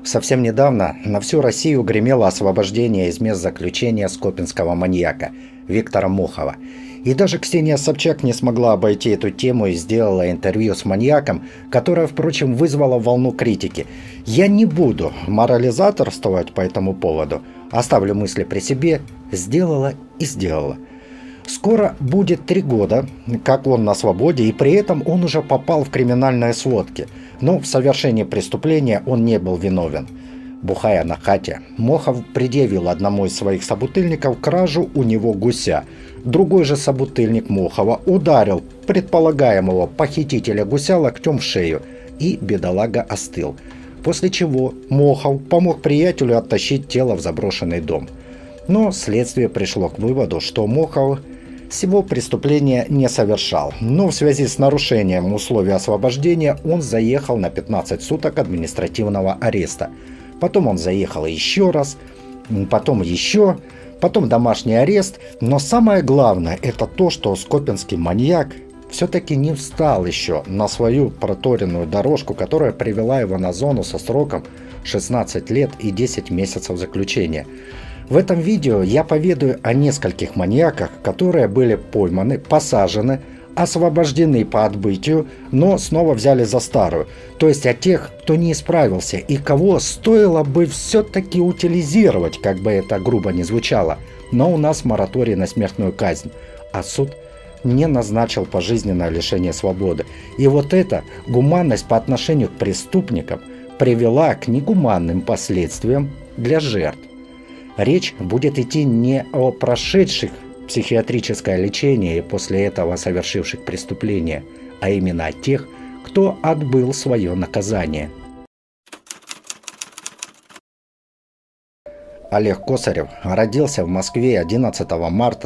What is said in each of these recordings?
Совсем недавно на всю Россию гремело освобождение из мест заключения скопинского маньяка Виктора Мохова. И даже Ксения Собчак не смогла обойти эту тему и сделала интервью с маньяком, которое, впрочем, вызвало волну критики. Я не буду морализаторствовать по этому поводу, оставлю мысли при себе, сделала и сделала. Скоро будет 3 года, как он на свободе, и при этом он уже попал в криминальные сводки. Но в совершении преступления он не был виновен. Бухая на хате, Мохов предъявил одному из своих собутыльников кражу у него гуся. Другой же собутыльник Мохова ударил предполагаемого похитителя гуся локтем в шею, и бедолага остыл. После чего Мохов помог приятелю оттащить тело в заброшенный дом. Но следствие пришло к выводу, что Мохов всего преступления не совершал, но в связи с нарушением условий освобождения он заехал на 15 суток административного ареста. Потом он заехал еще раз, потом еще, потом домашний арест. Но самое главное это то, что скопинский маньяк все-таки не встал еще на свою проторенную дорожку, которая привела его на зону со сроком 16 лет и 10 месяцев заключения. В этом видео я поведаю о нескольких маньяках, которые были пойманы, посажены, освобождены по отбытию, но снова взяли за старую. То есть о тех, кто не исправился и кого стоило бы все-таки утилизировать, как бы это грубо ни звучало. Но у нас мораторий на смертную казнь, а суд не назначил пожизненное лишение свободы. И вот эта гуманность по отношению к преступникам привела к негуманным последствиям для жертв. Речь будет идти не о прошедших психиатрическое лечение и после этого совершивших преступления, а именно о тех, кто отбыл свое наказание. Олег Косарев родился в Москве 11 марта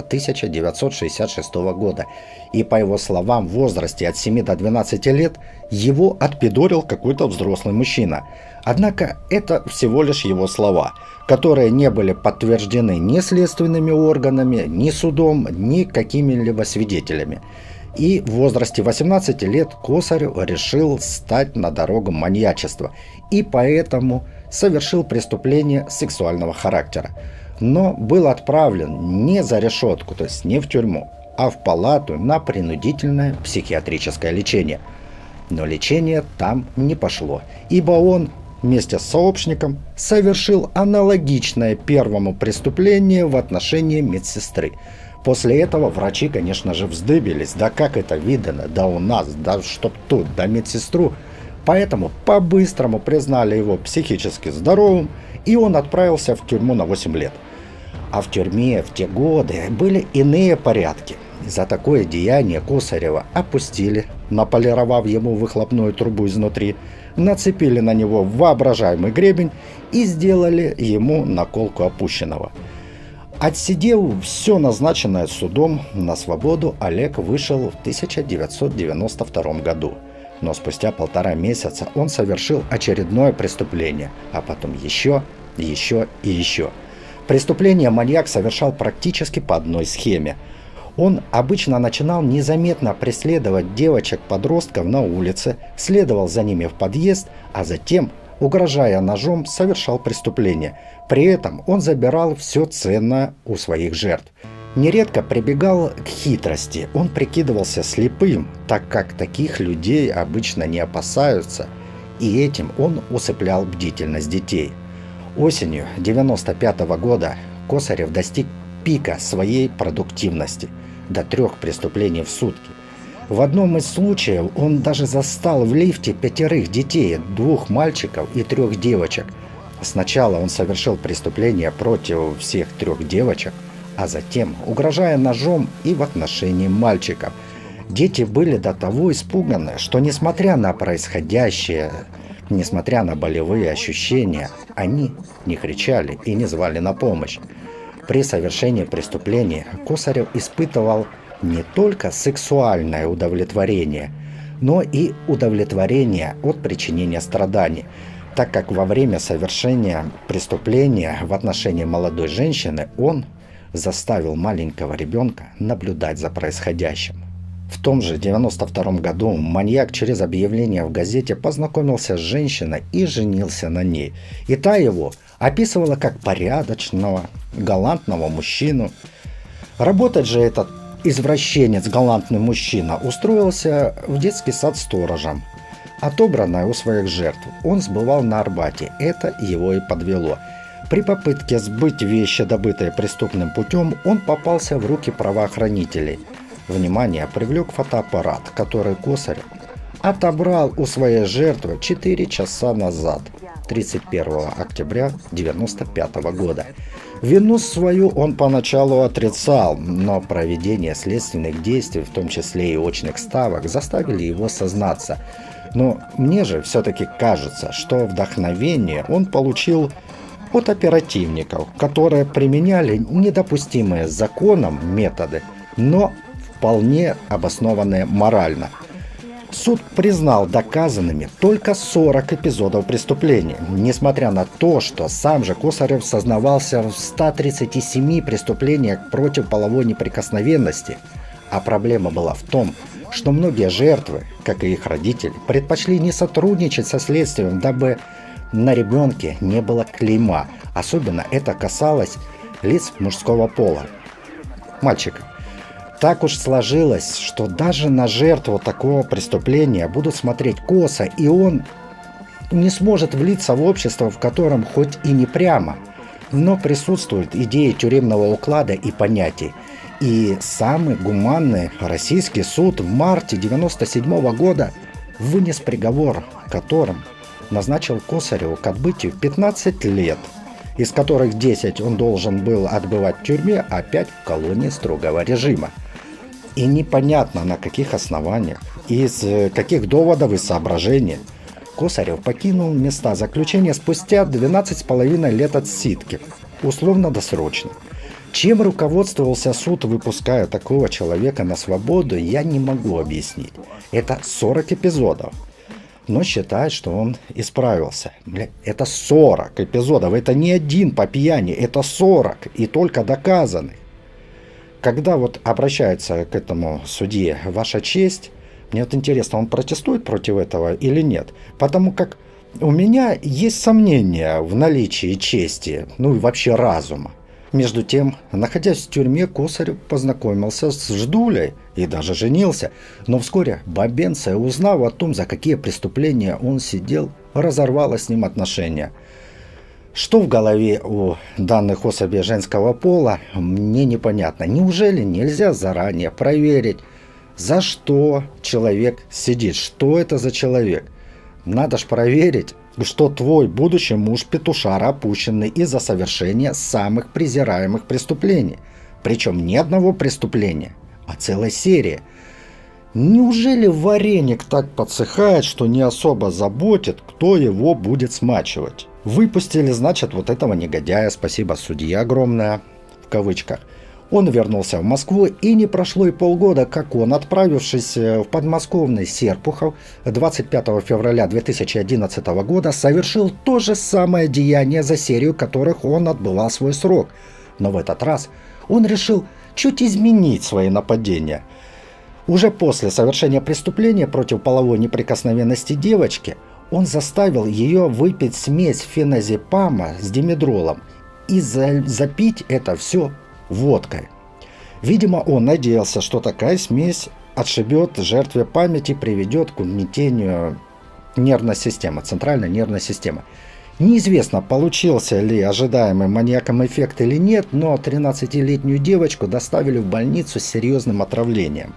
1966 года, и, по его словам, в возрасте от 7 до 12 лет его отпидорил какой-то взрослый мужчина. Однако это всего лишь его слова, которые не были подтверждены ни следственными органами, ни судом, ни какими-либо свидетелями. И в возрасте 18 лет Косарев решил стать на дорогу маньячества, и поэтому совершил преступление сексуального характера. Но был отправлен не за решетку, то есть не в тюрьму, а в палату на принудительное психиатрическое лечение. Но лечение там не пошло, ибо он вместе с сообщником совершил аналогичное первому преступление в отношении медсестры. После этого врачи, конечно же, вздыбились. Да как это видано? Да у нас, да чтоб тут, да медсестру. Поэтому по-быстрому признали его психически здоровым, и он отправился в тюрьму на 8 лет. А в тюрьме в те годы были иные порядки. За такое деяние Косарева опустили, наполировав ему выхлопную трубу изнутри, нацепили на него воображаемый гребень и сделали ему наколку опущенного. Отсидев все назначенное судом, на свободу Олег вышел в 1992 году. Но спустя 1,5 месяца он совершил очередное преступление, а потом еще и еще. Преступление маньяк совершал практически по одной схеме. Он обычно начинал незаметно преследовать девочек-подростков на улице, следовал за ними в подъезд, а затем, угрожая ножом, совершал преступление. При этом он забирал все ценное у своих жертв. Нередко прибегал к хитрости, он прикидывался слепым, так как таких людей обычно не опасаются, и этим он усыплял бдительность детей. Осенью 1995 года Косарев достиг пика своей продуктивности до 3 преступлений в сутки. В одном из случаев он даже застал в лифте 5 детей, 2 мальчиков и 3 девочек. Сначала он совершил преступление против всех 3 девочек, а затем угрожая ножом и в отношении мальчиков. Дети были до того испуганы, что несмотря на происходящее, несмотря на болевые ощущения, они не кричали и не звали на помощь. При совершении преступления Косарев испытывал не только сексуальное удовлетворение, но и удовлетворение от причинения страданий, так как во время совершения преступления в отношении молодой женщины он заставил маленького ребенка наблюдать за происходящим. В том же 92 году маньяк через объявление в газете познакомился с женщиной и женился на ней. И та его описывала как порядочного, галантного мужчину. Работать же этот извращенец, галантный мужчина, устроился в детский сад сторожем. Отобранное у своих жертв он сбывал на Арбате. Это его и подвело. При попытке сбыть вещи, добытые преступным путем, он попался в руки правоохранителей. Внимание привлек фотоаппарат, который Косарев отобрал у своей жертвы 4 часа назад, 31 октября 1995 года. Вину свою он поначалу отрицал, но проведение следственных действий, в том числе и очных ставок, заставили его сознаться. Но мне же все-таки кажется, что вдохновение он получил от оперативников, которые применяли недопустимые законом методы, но вполне обоснованные морально. Суд признал доказанными только 40 эпизодов преступления, несмотря на то, что сам же Косарев сознавался в 137 преступлениях против половой неприкосновенности. А проблема была в том, что многие жертвы, как и их родители, предпочли не сотрудничать со следствием, дабы на ребенке не было клейма. Особенно это касалось лиц мужского пола, мальчиков. Так уж сложилось, что даже на жертву такого преступления будут смотреть косо, и он не сможет влиться в общество, в котором хоть и не прямо, но присутствует идея тюремного уклада и понятий. И самый гуманный российский суд в марте 1997 года вынес приговор, которым назначил Косареву к отбытию 15 лет, из которых 10 он должен был отбывать в тюрьме, а 5 в колонии строгого режима. И непонятно, на каких основаниях, из каких доводов и соображений Косарев покинул места заключения спустя 12,5 лет отсидки, условно-досрочно. Чем руководствовался суд, выпуская такого человека на свободу, я не могу объяснить. Это 40 эпизодов. Но считает, что он исправился. Это 40 эпизодов, это не один по пьяни, это 40, и только доказанных. Когда вот обращается к этому судье «Ваша честь», мне вот интересно, он протестует против этого или нет? Потому как у меня есть сомнения в наличии чести, ну и вообще разума. Между тем, находясь в тюрьме, Косарев познакомился с Ждулей и даже женился. Но вскоре Бабенция, узнав о том, за какие преступления он сидел, разорвала с ним отношения. Что в голове у данных особей женского пола, мне непонятно. Неужели нельзя заранее проверить, за что человек сидит, что это за человек? Надо ж проверить, что твой будущий муж петушар, опущенный из-за совершения самых презираемых преступлений. Причем не одного преступления, а целой серии. Неужели вареник так подсыхает, что не особо заботит, кто его будет смачивать? Выпустили, значит, вот этого негодяя, спасибо судье огромное, в кавычках. Он вернулся в Москву, и не прошло и полгода, как он, отправившись в подмосковный Серпухов 25 февраля 2011 года, совершил то же самое деяние, за серию которых он отбывал свой срок. Но в этот раз он решил чуть изменить свои нападения. Уже после совершения преступления против половой неприкосновенности девочки он заставил ее выпить смесь феназепама с димедролом и запить это все водкой. Видимо, он надеялся, что такая смесь отшибет жертве память и приведет к угнетению нервной системы, центральной нервной системы. Неизвестно, получился ли ожидаемый маньяком эффект или нет, но 13-летнюю девочку доставили в больницу с серьезным отравлением.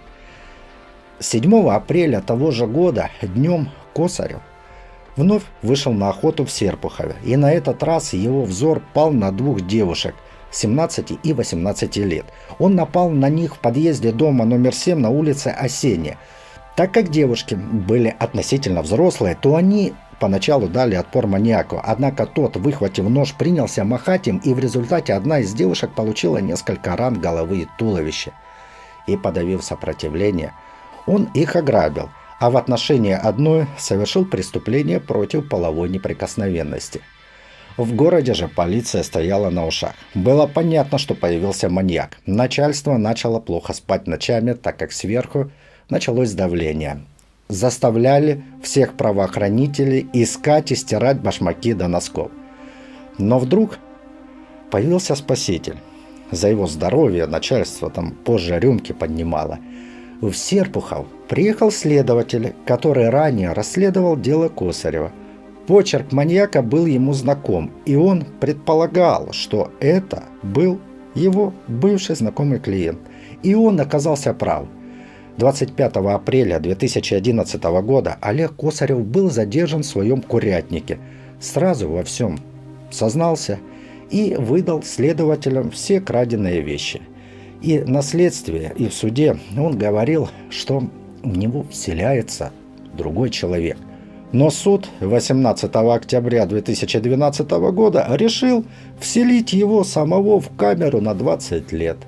7 апреля того же года днем Косарев вновь вышел на охоту в Серпухове, и на этот раз его взор пал на 2 девушек 17 и 18 лет. Он напал на них в подъезде дома номер 7 на улице Осенняя. Так как девушки были относительно взрослые, то они поначалу дали отпор маньяку, однако тот, выхватив нож, принялся махать им, и в результате одна из девушек получила несколько ран головы и туловища. И, подавив сопротивление, он их ограбил, а в отношении одной совершил преступление против половой неприкосновенности. В городе же полиция стояла на ушах. Было понятно, что появился маньяк. Начальство начало плохо спать ночами, так как сверху началось давление. Заставляли всех правоохранителей искать и стирать башмаки до носков. Но вдруг появился спаситель. За его здоровье начальство там позже рюмки поднимало. В Серпухов приехал следователь, который ранее расследовал дело Косарева. Почерк маньяка был ему знаком, и он предполагал, что это был его бывший знакомый клиент. И он оказался прав. 25 апреля 2011 года Олег Косарев был задержан в своем курятнике. Сразу во всем сознался и выдал следователям все краденые вещи. И на следствии, и в суде он говорил, что в него вселяется другой человек. Но суд 18 октября 2012 года решил вселить его самого в камеру на 20 лет.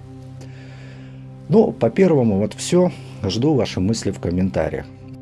Ну, по первому вот все. Жду ваши мысли в комментариях.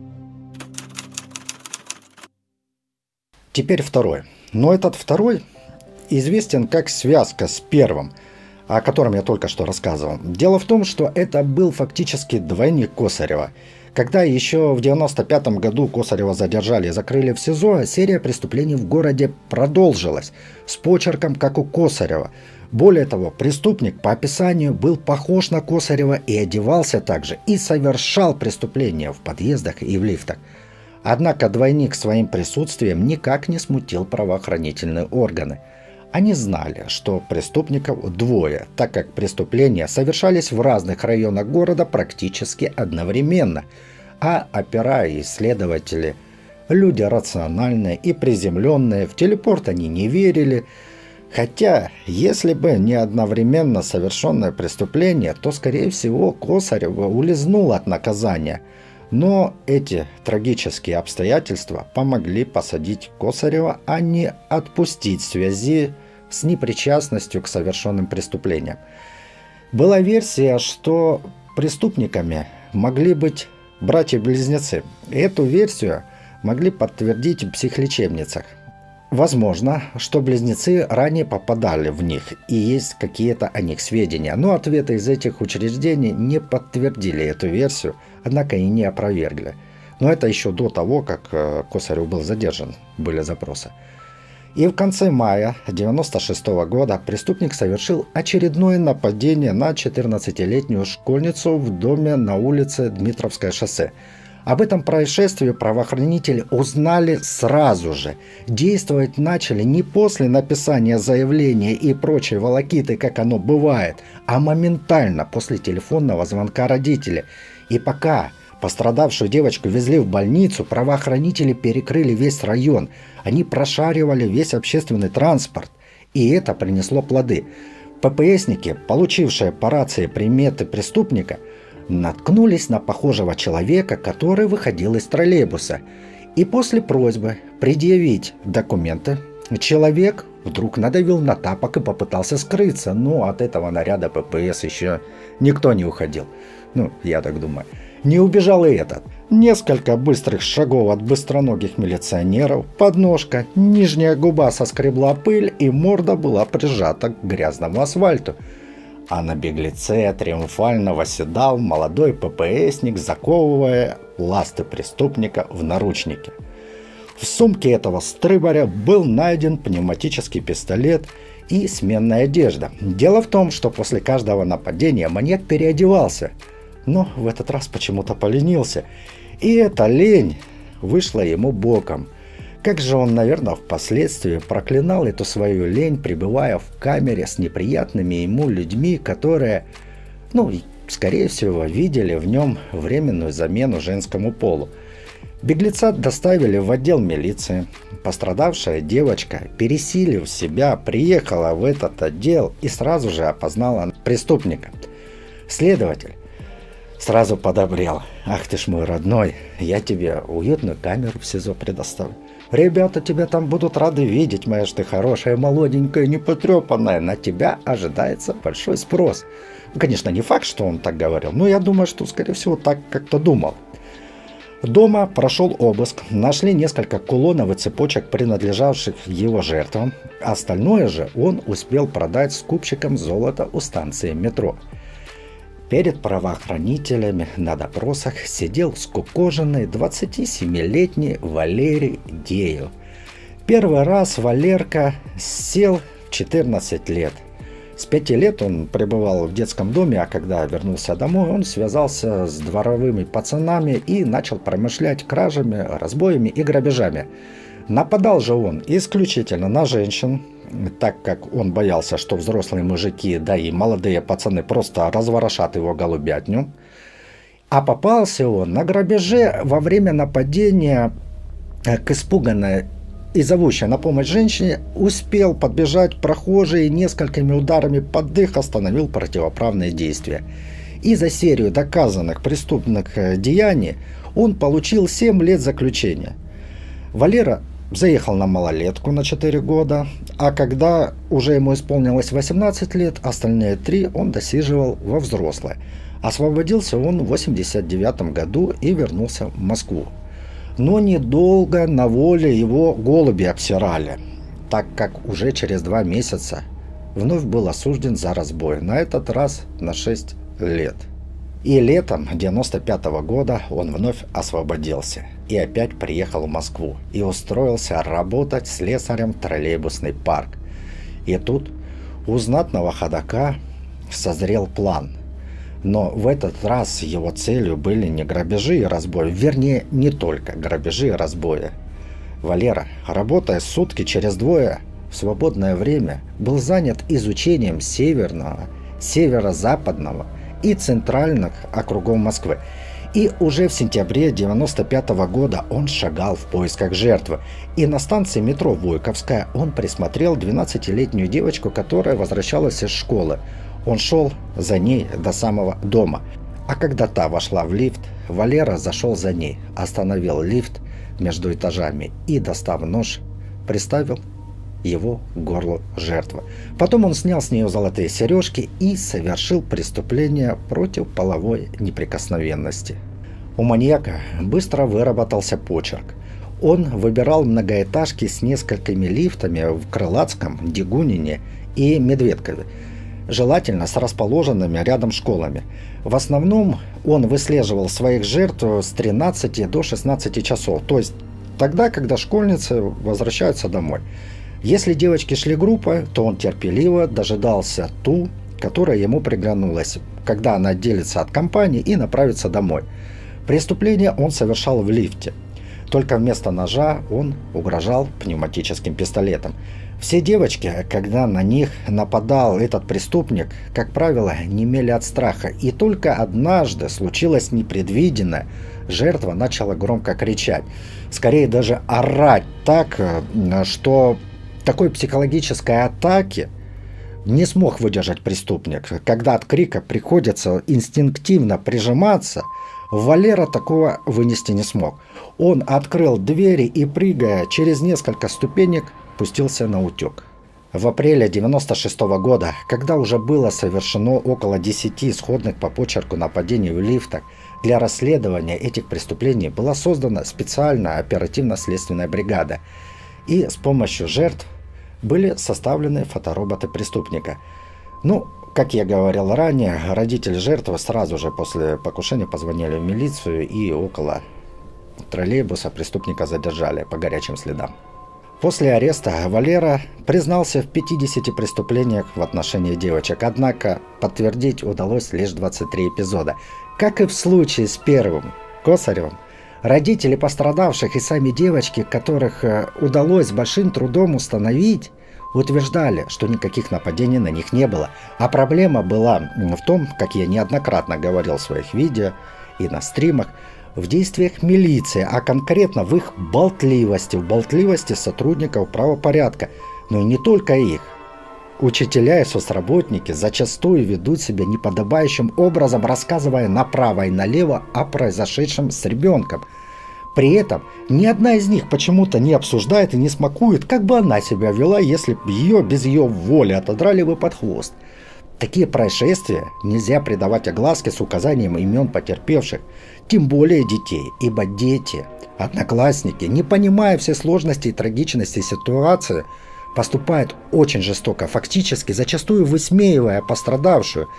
Теперь второй. Но этот второй известен как связка с первым, о котором я только что рассказывал. Дело в том, что это был фактически двойник Косарева. Когда еще в 1995 году Косарева задержали и закрыли в СИЗО, серия преступлений в городе продолжилась, с почерком, как у Косарева. Более того, преступник по описанию был похож на Косарева и одевался также, и совершал преступления в подъездах и в лифтах. Однако двойник своим присутствием никак не смутил правоохранительные органы. Они знали, что преступников двое, так как преступления совершались в разных районах города практически одновременно, а опера и следователи, люди рациональные и приземленные, в телепорт они не верили. Хотя, если бы не одновременно совершенное преступление, то, скорее всего, Косарев улизнул от наказания. Но эти трагические обстоятельства помогли посадить Косарева, а не отпустить в связи с непричастностью к совершенным преступлениям. Была версия, что преступниками могли быть братья-близнецы. Эту версию могли подтвердить в психлечебницах. Возможно, что близнецы ранее попадали в них, и есть какие-то о них сведения, но ответы из этих учреждений не подтвердили эту версию, однако и не опровергли. Но это еще до того, как Косарев был задержан, были запросы. И в конце мая 1996 года преступник совершил очередное нападение на 14-летнюю школьницу в доме на улице Дмитровское шоссе. Об этом происшествии правоохранители узнали сразу же. Действовать начали не после написания заявления и прочей волокиты, как оно бывает, а моментально после телефонного звонка родителей. И пока пострадавшую девочку везли в больницу, правоохранители перекрыли весь район. Они прошаривали весь общественный транспорт. И это принесло плоды. ППСники, получившие по рации приметы преступника, наткнулись на похожего человека, который выходил из троллейбуса. И после просьбы предъявить документы, человек вдруг надавил на тапок и попытался скрыться. Но от этого наряда ППС еще никто не уходил. Ну, я так думаю. Не убежал и этот. Несколько быстрых шагов от быстроногих милиционеров, подножка, нижняя губа соскребла пыль, и морда была прижата к грязному асфальту. А на беглеце триумфально восседал молодой ППСник, заковывая ласты преступника в наручники. В сумке этого стрыбаря был найден пневматический пистолет и сменная одежда. Дело в том, что после каждого нападения маньяк переодевался, но в этот раз почему-то поленился. И эта лень вышла ему боком. Как же он, наверное, впоследствии проклинал эту свою лень, пребывая в камере с неприятными ему людьми, которые, скорее всего, видели в нем временную замену женскому полу. Беглеца доставили в отдел милиции. Пострадавшая девочка, пересилив себя, приехала в этот отдел и сразу же опознала преступника. Следователь сразу подобрел. «Ах ты ж мой родной, я тебе уютную камеру в СИЗО предоставлю. Ребята тебя там будут рады видеть, моя ж ты хорошая, молоденькая, непотрепанная. На тебя ожидается большой спрос». Конечно, не факт, что он так говорил, но я думаю, что, скорее всего, так как-то думал. Дома прошел обыск, нашли несколько кулонов и цепочек, принадлежавших его жертвам. Остальное же он успел продать скупщикам золота у станции метро. Перед правоохранителями на допросах сидел скукоженный 27-летний Валерий Деев. Первый раз Валерка сел в 14 лет. С 5 лет он пребывал в детском доме, а когда вернулся домой, он связался с дворовыми пацанами и начал промышлять кражами, разбоями и грабежами. Нападал же он исключительно на женщин, так как он боялся, что взрослые мужики, да и молодые пацаны просто разворошат его голубятню. А попался он на грабеже во время нападения к испуганной и зовущей на помощь женщине. Успел подбежать прохожий и несколькими ударами под дых остановил противоправные действия. И за серию доказанных преступных деяний он получил 7 лет заключения. Валера заехал на малолетку на 4 года, а когда уже ему исполнилось 18 лет, остальные 3 он досиживал во взрослое. Освободился он в 1989 году и вернулся в Москву. Но недолго на воле его голуби обсирали, так как уже через 2 месяца вновь был осужден за разбой, на этот раз на 6 лет. И летом 1995 года он вновь освободился и опять приехал в Москву и устроился работать слесарем в троллейбусный парк. И тут у знатного ходока созрел план. Но в этот раз его целью были не грабежи и разбои, вернее, не только грабежи и разбои. Валера, работая сутки через двое, в свободное время был занят изучением северного, северо-западного и центральных округов Москвы. И уже в сентябре 1995 года он шагал в поисках жертвы. И на станции метро Войковская он присмотрел 12-летнюю девочку, которая возвращалась из школы. Он шел за ней до самого дома. А когда та вошла в лифт, Валера зашел за ней, остановил лифт между этажами и, достав нож, приставил его к горлу жертвы. Потом он снял с нее золотые сережки и совершил преступление против половой неприкосновенности. У маньяка быстро выработался почерк. Он выбирал многоэтажки с несколькими лифтами в Крылатском, Дегунине и Медведкове, желательно с расположенными рядом школами. В основном он выслеживал своих жертв с 13 до 16 часов, то есть тогда, когда школьницы возвращаются домой. Если девочки шли группой, то он терпеливо дожидался ту, которая ему приглянулась, когда она отделится от компании и направится домой. Преступление он совершал в лифте. Только вместо ножа он угрожал пневматическим пистолетом. Все девочки, когда на них нападал этот преступник, как правило, немели от страха. И только однажды случилось непредвиденное. Жертва начала громко кричать. Скорее даже орать так, что такой психологической атаки не смог выдержать преступник. Когда от крика приходится инстинктивно прижиматься, Валера такого вынести не смог. Он открыл двери и, прыгая через несколько ступенек, пустился на утек. В апреле 1996 года, когда уже было совершено около 10 сходных по почерку нападений в лифтах, для расследования этих преступлений была создана специальная оперативно-следственная бригада. И с помощью жертв были составлены фотороботы преступника. Как я говорил ранее, родители жертвы сразу же после покушения позвонили в милицию и около троллейбуса преступника задержали по горячим следам. После ареста Валера признался в 50 преступлениях в отношении девочек, однако подтвердить удалось лишь 23 эпизода. Как и в случае с первым, Косаревым, родители пострадавших и сами девочки, которых удалось с большим трудом установить, утверждали, что никаких нападений на них не было. А проблема была в том, как я неоднократно говорил в своих видео и на стримах, в действиях милиции, а конкретно в их болтливости сотрудников правопорядка. Но и не только их. Учителя и соцработники зачастую ведут себя неподобающим образом, рассказывая направо и налево о произошедшем с ребенком. При этом ни одна из них почему-то не обсуждает и не смакует, как бы она себя вела, если бы ее без ее воли отодрали бы под хвост. Такие происшествия нельзя придавать огласке с указанием имен потерпевших, тем более детей, ибо дети, одноклассники, не понимая все сложности и трагичности ситуации, поступают очень жестоко, фактически зачастую высмеивая пострадавшую.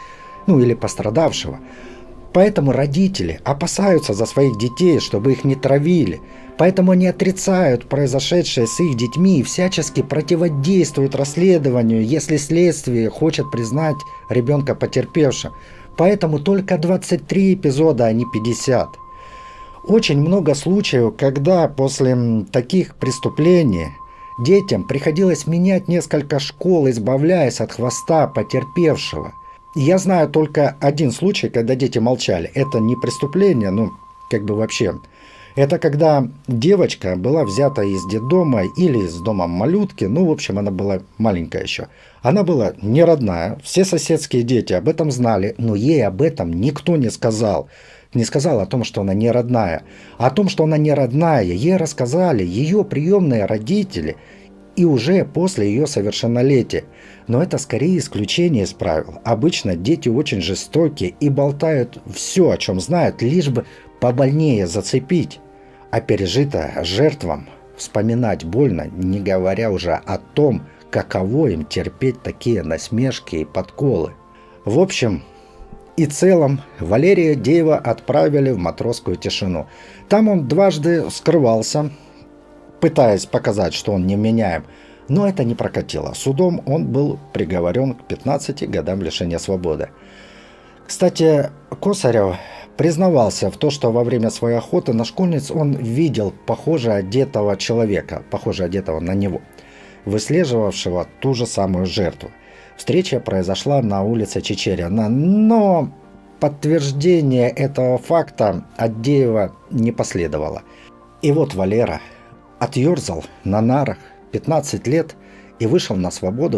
ну или пострадавшего. Поэтому родители опасаются за своих детей, чтобы их не травили. Поэтому они отрицают произошедшее с их детьми и всячески противодействуют расследованию, если следствие хочет признать ребенка потерпевшим. Поэтому только 23 эпизода, а не 50. Очень много случаев, когда после таких преступлений детям приходилось менять несколько школ, избавляясь от хвоста потерпевшего. Я знаю только один случай, когда дети молчали. Это не преступление, ну, как бы вообще. Это когда девочка была взята из детдома или из дома малютки. Ну, в общем, она была маленькая еще. Она была не родная. Все соседские дети об этом знали, но ей об этом никто не сказал. Не сказал о том, что она не родная. А о том, что она не родная, ей рассказали ее приемные родители и уже после ее совершеннолетия. Но это скорее исключение из правил. Обычно дети очень жестокие и болтают все, о чем знают, лишь бы побольнее зацепить. А пережитое жертвам вспоминать больно, не говоря уже о том, каково им терпеть такие насмешки и подколы. В общем и целом, Валерия Деева отправили в матросскую тишину. Там он дважды скрывался, пытаясь показать, что он невменяем, но это не прокатило. Судом он был приговорен к 15 годам лишения свободы. Кстати, Косарев признавался в том, что во время своей охоты на школьниц он видел похоже одетого человека, похоже одетого на него, выслеживавшего ту же самую жертву. Встреча произошла на улице Чичерина, но подтверждение этого факта от Деева не последовало. И вот Валера отъерзал на нарах 15 лет и вышел на свободу в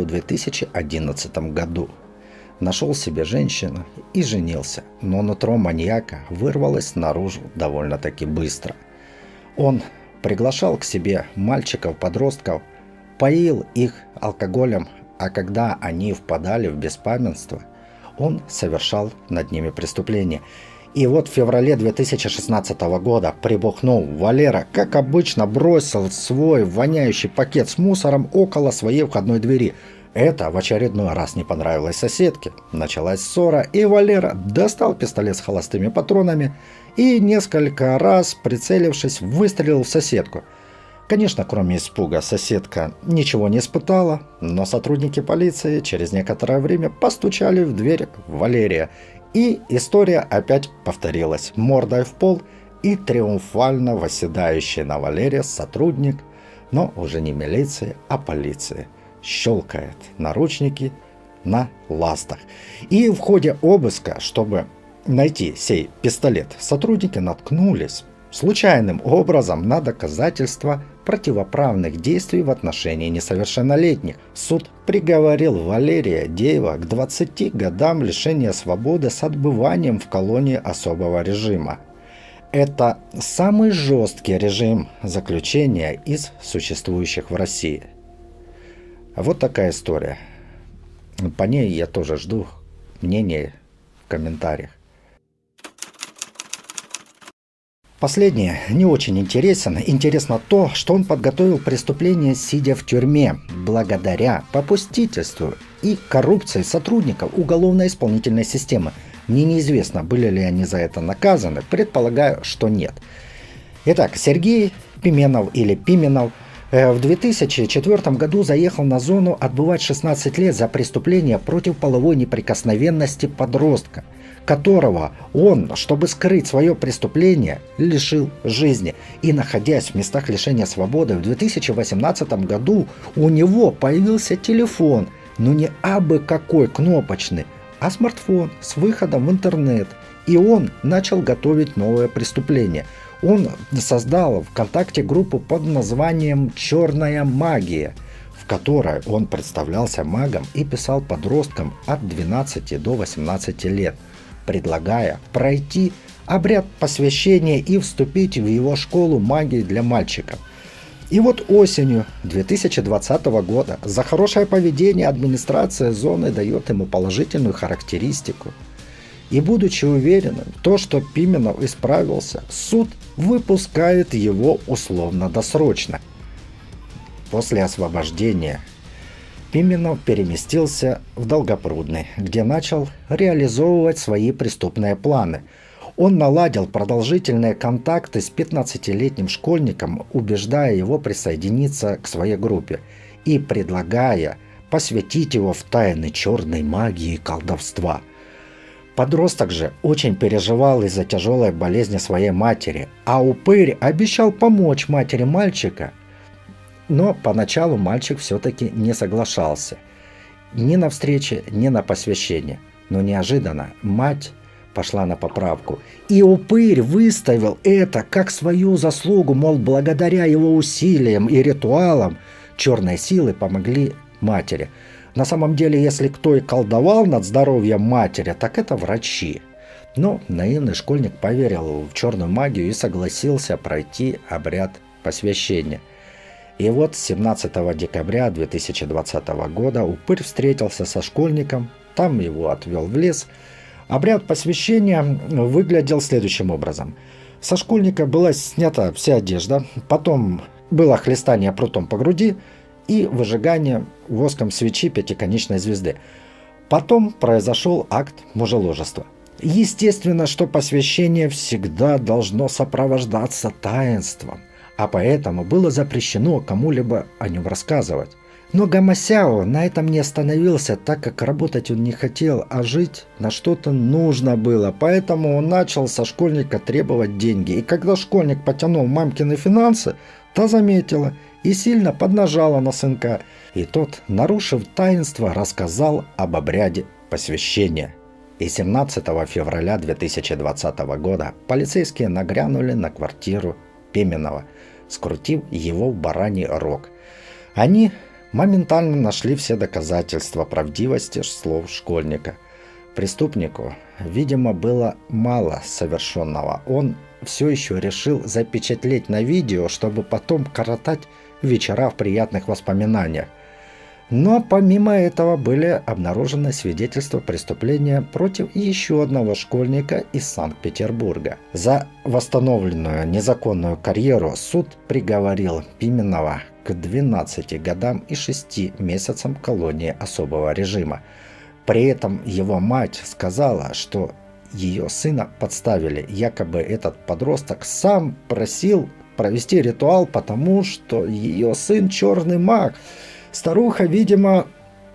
2011 году. Нашел себе женщину и женился, но нутро маньяка вырвалось наружу довольно-таки быстро. Он приглашал к себе мальчиков-подростков, поил их алкоголем, а когда они впадали в беспамятство, он совершал над ними преступления. И вот в феврале 2016 года прибухнул Валера, как обычно, бросил свой воняющий пакет с мусором около своей входной двери. Это в очередной раз не понравилось соседке. Началась ссора, и Валера достал пистолет с холостыми патронами и несколько раз, прицелившись, выстрелил в соседку. Конечно, кроме испуга, соседка ничего не испытала, но сотрудники полиции через некоторое время постучали в дверь Валерия, и история опять повторилась. Мордой в пол и триумфально восседающий на Валерия сотрудник, но уже не милиции, а полиции, щелкает наручники на ластах. И в ходе обыска, чтобы найти сей пистолет, сотрудники наткнулись случайным образом на доказательства противоправных действий в отношении несовершеннолетних. Суд приговорил Валерия Деева к 20 годам лишения свободы с отбыванием в колонии особого режима. Это самый жесткий режим заключения из существующих в России. Вот такая история. По ней я тоже жду мнения в комментариях. Последнее не очень интересно. Интересно то, что он подготовил преступление, сидя в тюрьме, благодаря попустительству и коррупции сотрудников уголовно-исполнительной системы. Мне неизвестно, были ли они за это наказаны, предполагаю, что нет. Итак, Сергей Пименов или Пименов в 2004 году заехал на зону отбывать 16 лет за преступление против половой неприкосновенности подростка, которого он, чтобы скрыть свое преступление, лишил жизни. И находясь в местах лишения свободы в 2018 году, у него появился телефон, но не абы какой кнопочный, а смартфон с выходом в интернет. И он начал готовить новое преступление. Он создал ВКонтакте группу под названием «Черная магия», в которой он представлялся магом и писал подросткам от 12 до 18 лет, предлагая пройти обряд посвящения и вступить в его школу магии для мальчиков. И вот осенью 2020 года за хорошее поведение администрация зоны дает ему положительную характеристику. И будучи уверенным в том, что Пименов исправился, суд выпускает его условно-досрочно. После освобождения Пименов переместился в Долгопрудный, где начал реализовывать свои преступные планы. Он наладил продолжительные контакты с 15-летним школьником, убеждая его присоединиться к своей группе и предлагая посвятить его в тайны черной магии и колдовства. Подросток же очень переживал из-за тяжелой болезни своей матери, а упырь обещал помочь матери мальчика. Но поначалу мальчик все-таки не соглашался ни на встрече, ни на посвящение. Но неожиданно мать пошла на поправку, и упырь выставил это как свою заслугу, мол, благодаря его усилиям и ритуалам черные силы помогли матери. На самом деле, если кто и колдовал над здоровьем матери, так это врачи. Но наивный школьник поверил в черную магию и согласился пройти обряд посвящения. И вот 17 декабря 2020 года упырь встретился со школьником, там его отвел в лес. Обряд посвящения выглядел следующим образом. Со школьника была снята вся одежда, потом было хлестание прутом по груди и выжигание воском свечи пятиконечной звезды. Потом произошел акт мужеложества. Естественно, что посвящение всегда должно сопровождаться таинством, а поэтому было запрещено кому-либо о нем рассказывать. Но Гомосяо на этом не остановился, так как работать он не хотел, а жить на что-то нужно было. Поэтому он начал со школьника требовать деньги. И когда школьник потянул мамкины финансы, та заметила и сильно поднажала на сынка. И тот, нарушив таинство, рассказал об обряде посвящения. И 17 февраля 2020 года полицейские нагрянули на квартиру Пименова, скрутив его в бараний рог. Они моментально нашли все доказательства правдивости слов школьника. Преступнику, видимо, было мало совершенного. Он все еще решил запечатлеть на видео, чтобы потом коротать вечера в приятных воспоминаниях. Но помимо этого были обнаружены свидетельства преступления против еще одного школьника из Санкт-Петербурга. За восстановленную незаконную карьеру суд приговорил Пименова к 12 годам и 6 месяцам колонии особого режима. При этом его мать сказала, что ее сына подставили. Якобы этот подросток сам просил провести ритуал, потому что ее сын черный маг. Старуха, видимо,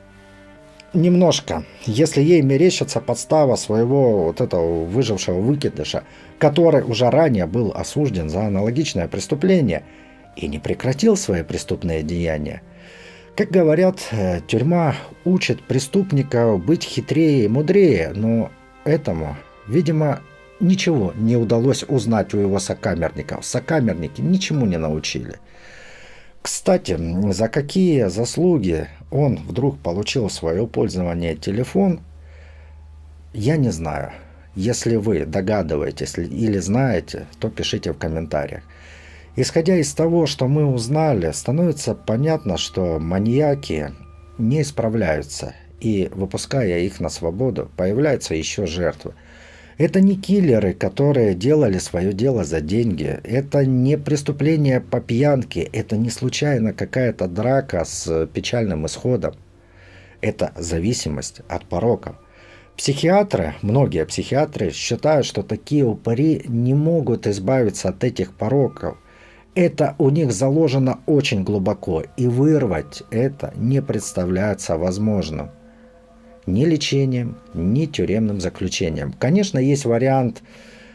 немножко, если ей мерещится подстава своего вот этого выжившего выкидыша, который уже ранее был осужден за аналогичное преступление и не прекратил свои преступные деяния. Как говорят, тюрьма учит преступника быть хитрее и мудрее, но этому, видимо, ничего не удалось узнать у его сокамерников. Сокамерники ничему не научили. Кстати, за какие заслуги он вдруг получил в свое пользование телефон, я не знаю. Если вы догадываетесь или знаете, то пишите в комментариях. Исходя из того, что мы узнали, становится понятно, что маньяки не исправляются, и, выпуская их на свободу, появляются еще жертвы. Это не киллеры, которые делали свое дело за деньги. Это не преступление по пьянке. Это не случайно какая-то драка с печальным исходом. Это зависимость от пороков. Психиатры, многие психиатры считают, что такие упыри не могут избавиться от этих пороков. Это у них заложено очень глубоко, и вырвать это не представляется возможным. Ни лечением, ни тюремным заключением. Конечно, есть вариант,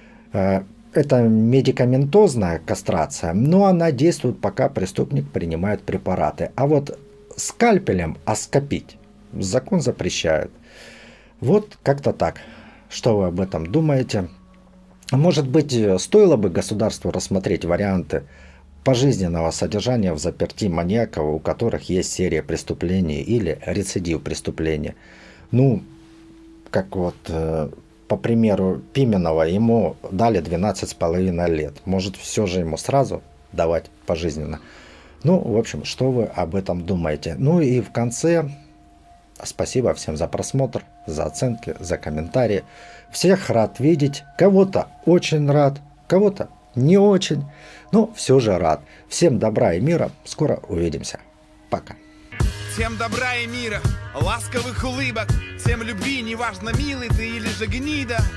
это медикаментозная кастрация, но она действует, пока преступник принимает препараты. А вот скальпелем оскопить закон запрещает. Вот как-то так. Что вы об этом думаете? Может быть, стоило бы государству рассмотреть варианты пожизненного содержания в заперти маньяков, у которых есть серия преступлений или рецидив преступления. Ну, как вот, по примеру Пименова, ему дали 12,5 лет. Может, все же ему сразу давать пожизненно? Ну, в общем, что вы об этом думаете? Ну и в конце, спасибо всем за просмотр, за оценки, за комментарии. Всех рад видеть. Кого-то очень рад, кого-то не очень. Но все же рад. Всем добра и мира. Скоро увидимся. Пока. Всем добра и мира, ласковых улыбок, всем любви, неважно, милый ты или же гнида.